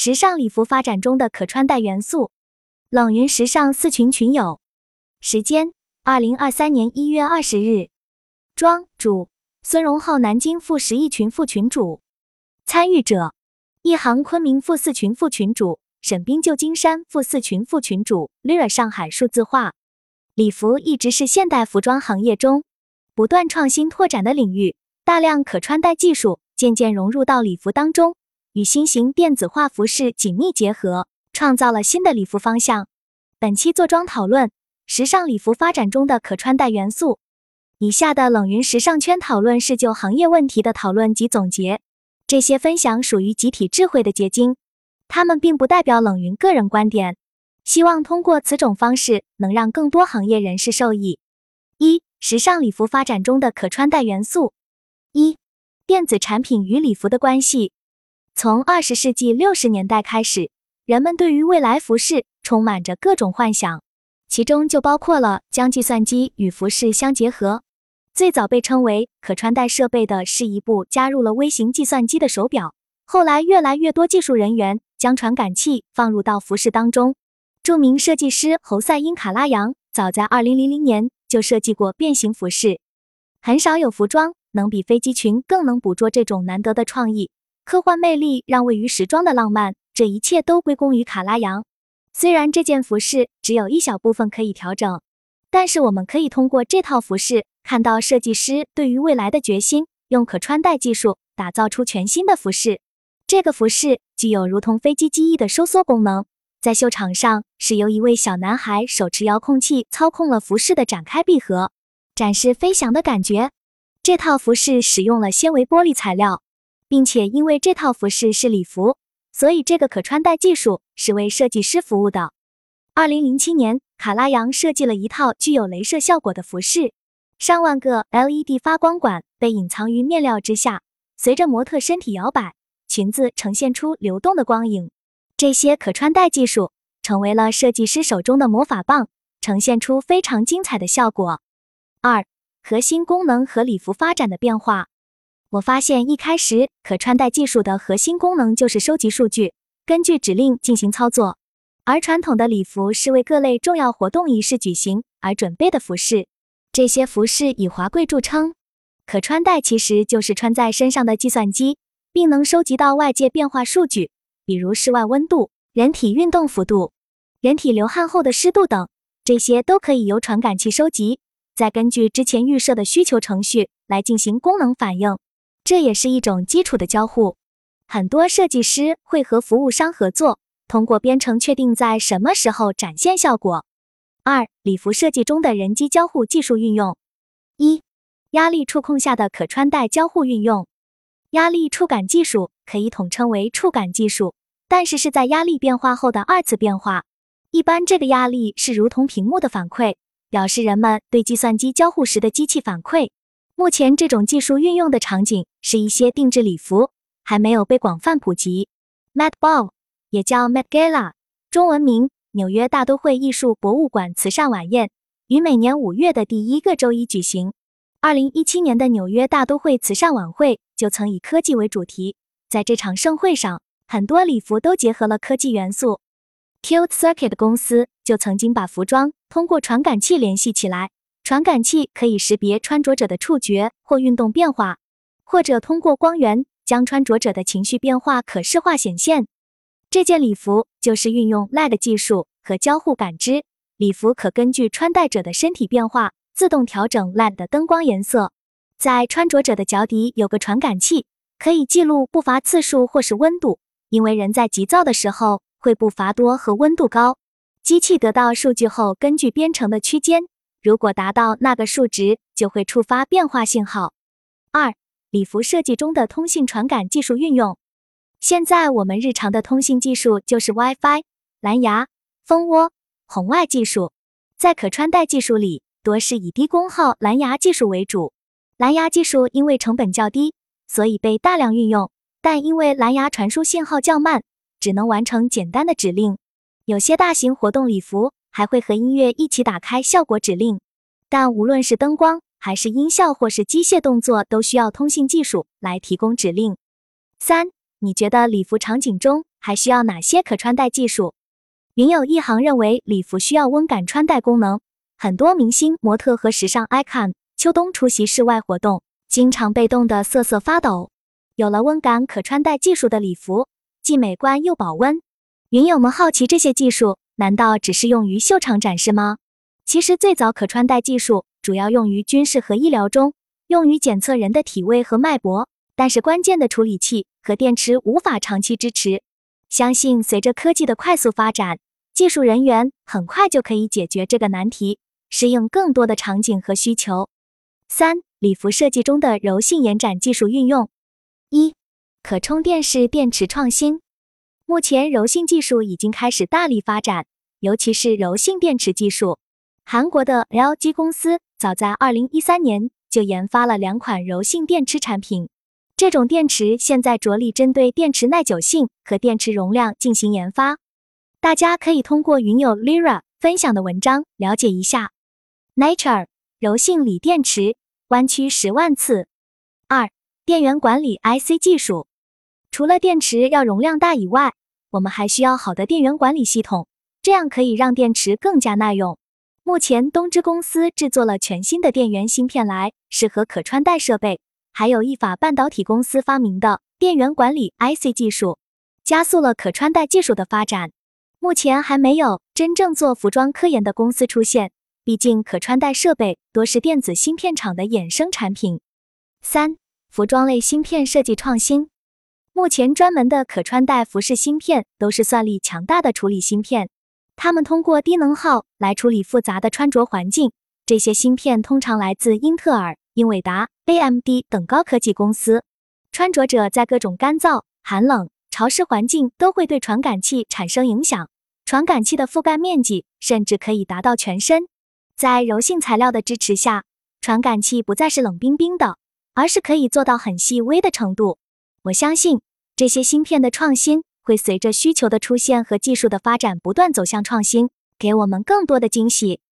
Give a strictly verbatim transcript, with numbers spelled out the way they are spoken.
时尚礼服发展中的可穿戴元素。冷云时尚四群群友。时间：二零二三年一月二十日。庄主：孙荣浩，南京副十一群副群主。参与者：一航昆明副四群副群主，沈冰旧金山副四群副群主 ，Lira 上海数字化。礼服一直是现代服装行业中不断创新拓展的领域，大量可穿戴技术渐渐融入到礼服当中，与新型电子化服饰紧密结合，创造了新的礼服方向。本期坐庄讨论时尚礼服发展中的可穿戴元素。以下的冷云时尚圈讨论是就行业问题的讨论及总结，这些分享属于集体智慧的结晶，它们并不代表冷云个人观点，希望通过此种方式能让更多行业人士受益。一、时尚礼服发展中的可穿戴元素。一、电子产品与礼服的关系。从二十世纪六十年代开始，人们对于未来服饰充满着各种幻想，其中就包括了将计算机与服饰相结合。最早被称为可穿戴设备的是一部加入了微型计算机的手表，后来越来越多技术人员将传感器放入到服饰当中。著名设计师侯赛因·卡拉扬早在二零零零年就设计过变形服饰，很少有服装能比飞机裙更能捕捉这种难得的创意。科幻魅力让位于时装的浪漫，这一切都归功于卡拉扬。虽然这件服饰只有一小部分可以调整，但是我们可以通过这套服饰看到设计师对于未来的决心，用可穿戴技术打造出全新的服饰。这个服饰具有如同飞机机翼的收缩功能，在秀场上是由一位小男孩手持遥控器操控了服饰的展开闭合，展示飞翔的感觉。这套服饰使用了纤维玻璃材料，并且因为这套服饰是礼服，所以这个可穿戴技术是为设计师服务的。二零零七年，卡拉扬设计了一套具有雷射效果的服饰，上万个 L E D 发光管被隐藏于面料之下，随着模特身体摇摆，裙子呈现出流动的光影。这些可穿戴技术成为了设计师手中的魔法棒，呈现出非常精彩的效果。二、核心功能和礼服发展的变化。我发现一开始可穿戴技术的核心功能就是收集数据，根据指令进行操作，而传统的礼服是为各类重要活动仪式举行而准备的服饰，这些服饰以华贵著称。可穿戴其实就是穿在身上的计算机，并能收集到外界变化数据，比如室外温度、人体运动幅度、人体流汗后的湿度等，这些都可以由传感器收集，再根据之前预设的需求程序来进行功能反应，这也是一种基础的交互。很多设计师会和服务商合作，通过编程确定在什么时候展现效果。二、礼服设计中的人机交互技术运用。一、压力触控下的可穿戴交互运用。压力触感技术可以统称为触感技术，但是是在压力变化后的二次变化。一般这个压力是如同屏幕的反馈，表示人们对计算机交互时的机器反馈。目前这种技术运用的场景是一些定制礼服，还没有被广泛普及。Met Ball 也叫 Met Gala， 中文名纽约大都会艺术博物馆慈善晚宴，于每年五月的第一个周一举行。二零一七年的纽约大都会慈善晚会就曾以科技为主题，在这场盛会上，很多礼服都结合了科技元素。Cute Circuit 公司就曾经把服装通过传感器联系起来，传感器可以识别穿着者的触觉或运动变化，或者通过光源将穿着者的情绪变化可视化显现。这件礼服就是运用 L E D 技术和交互感知，礼服可根据穿戴者的身体变化自动调整 L E D 的灯光颜色。在穿着者的脚底有个传感器，可以记录步伐次数或是温度，因为人在急躁的时候会步伐多和温度高。机器得到数据后，根据编程的区间，如果达到那个数值，就会触发变化信号。二、礼服设计中的通信传感技术运用。现在我们日常的通信技术就是 Wi-Fi、蓝牙、蜂窝、红外技术，在可穿戴技术里，多是以低功耗蓝牙技术为主。蓝牙技术因为成本较低，所以被大量运用，但因为蓝牙传输信号较慢，只能完成简单的指令。有些大型活动礼服还会和音乐一起打开效果指令，但无论是灯光还是音效或是机械动作，都需要通信技术来提供指令。三、 你觉得礼服场景中还需要哪些可穿戴技术？云有一行认为礼服需要温感穿戴功能，很多明星、模特和时尚 icon 秋冬出席室外活动，经常被冻得瑟瑟发抖。有了温感可穿戴技术的礼服，既美观又保温。云友们好奇，这些技术难道只是用于秀场展示吗？其实最早可穿戴技术主要用于军事和医疗中，用于检测人的体位和脉搏，但是关键的处理器和电池无法长期支持。相信随着科技的快速发展，技术人员很快就可以解决这个难题，适应更多的场景和需求。三、礼服设计中的柔性延展技术运用。一、可充电式电池创新。目前柔性技术已经开始大力发展，尤其是柔性电池技术。韩国的 L G 公司早在二零一三年就研发了两款柔性电池产品。这种电池现在着力针对电池耐久性和电池容量进行研发。大家可以通过云友 Lyra 分享的文章了解一下。Nature 柔性锂电池，弯曲十万次。二、电源管理 I C 技术。除了电池要容量大以外，我们还需要好的电源管理系统，这样可以让电池更加耐用。目前东芝公司制作了全新的电源芯片来适合可穿戴设备，还有意法半导体公司发明的电源管理 I C 技术，加速了可穿戴技术的发展。目前还没有真正做服装科研的公司出现，毕竟可穿戴设备多是电子芯片厂的衍生产品。三、服装类芯片设计创新。目前专门的可穿戴服饰芯片都是算力强大的处理芯片，它们通过低能耗来处理复杂的穿着环境。这些芯片通常来自英特尔、英伟达、A M D 等高科技公司。穿着者在各种干燥、寒冷、潮湿环境都会对传感器产生影响，传感器的覆盖面积甚至可以达到全身。在柔性材料的支持下，传感器不再是冷冰冰的，而是可以做到很细微的程度。我相信这些芯片的创新会随着需求的出现和技术的发展不断走向创新，给我们更多的惊喜。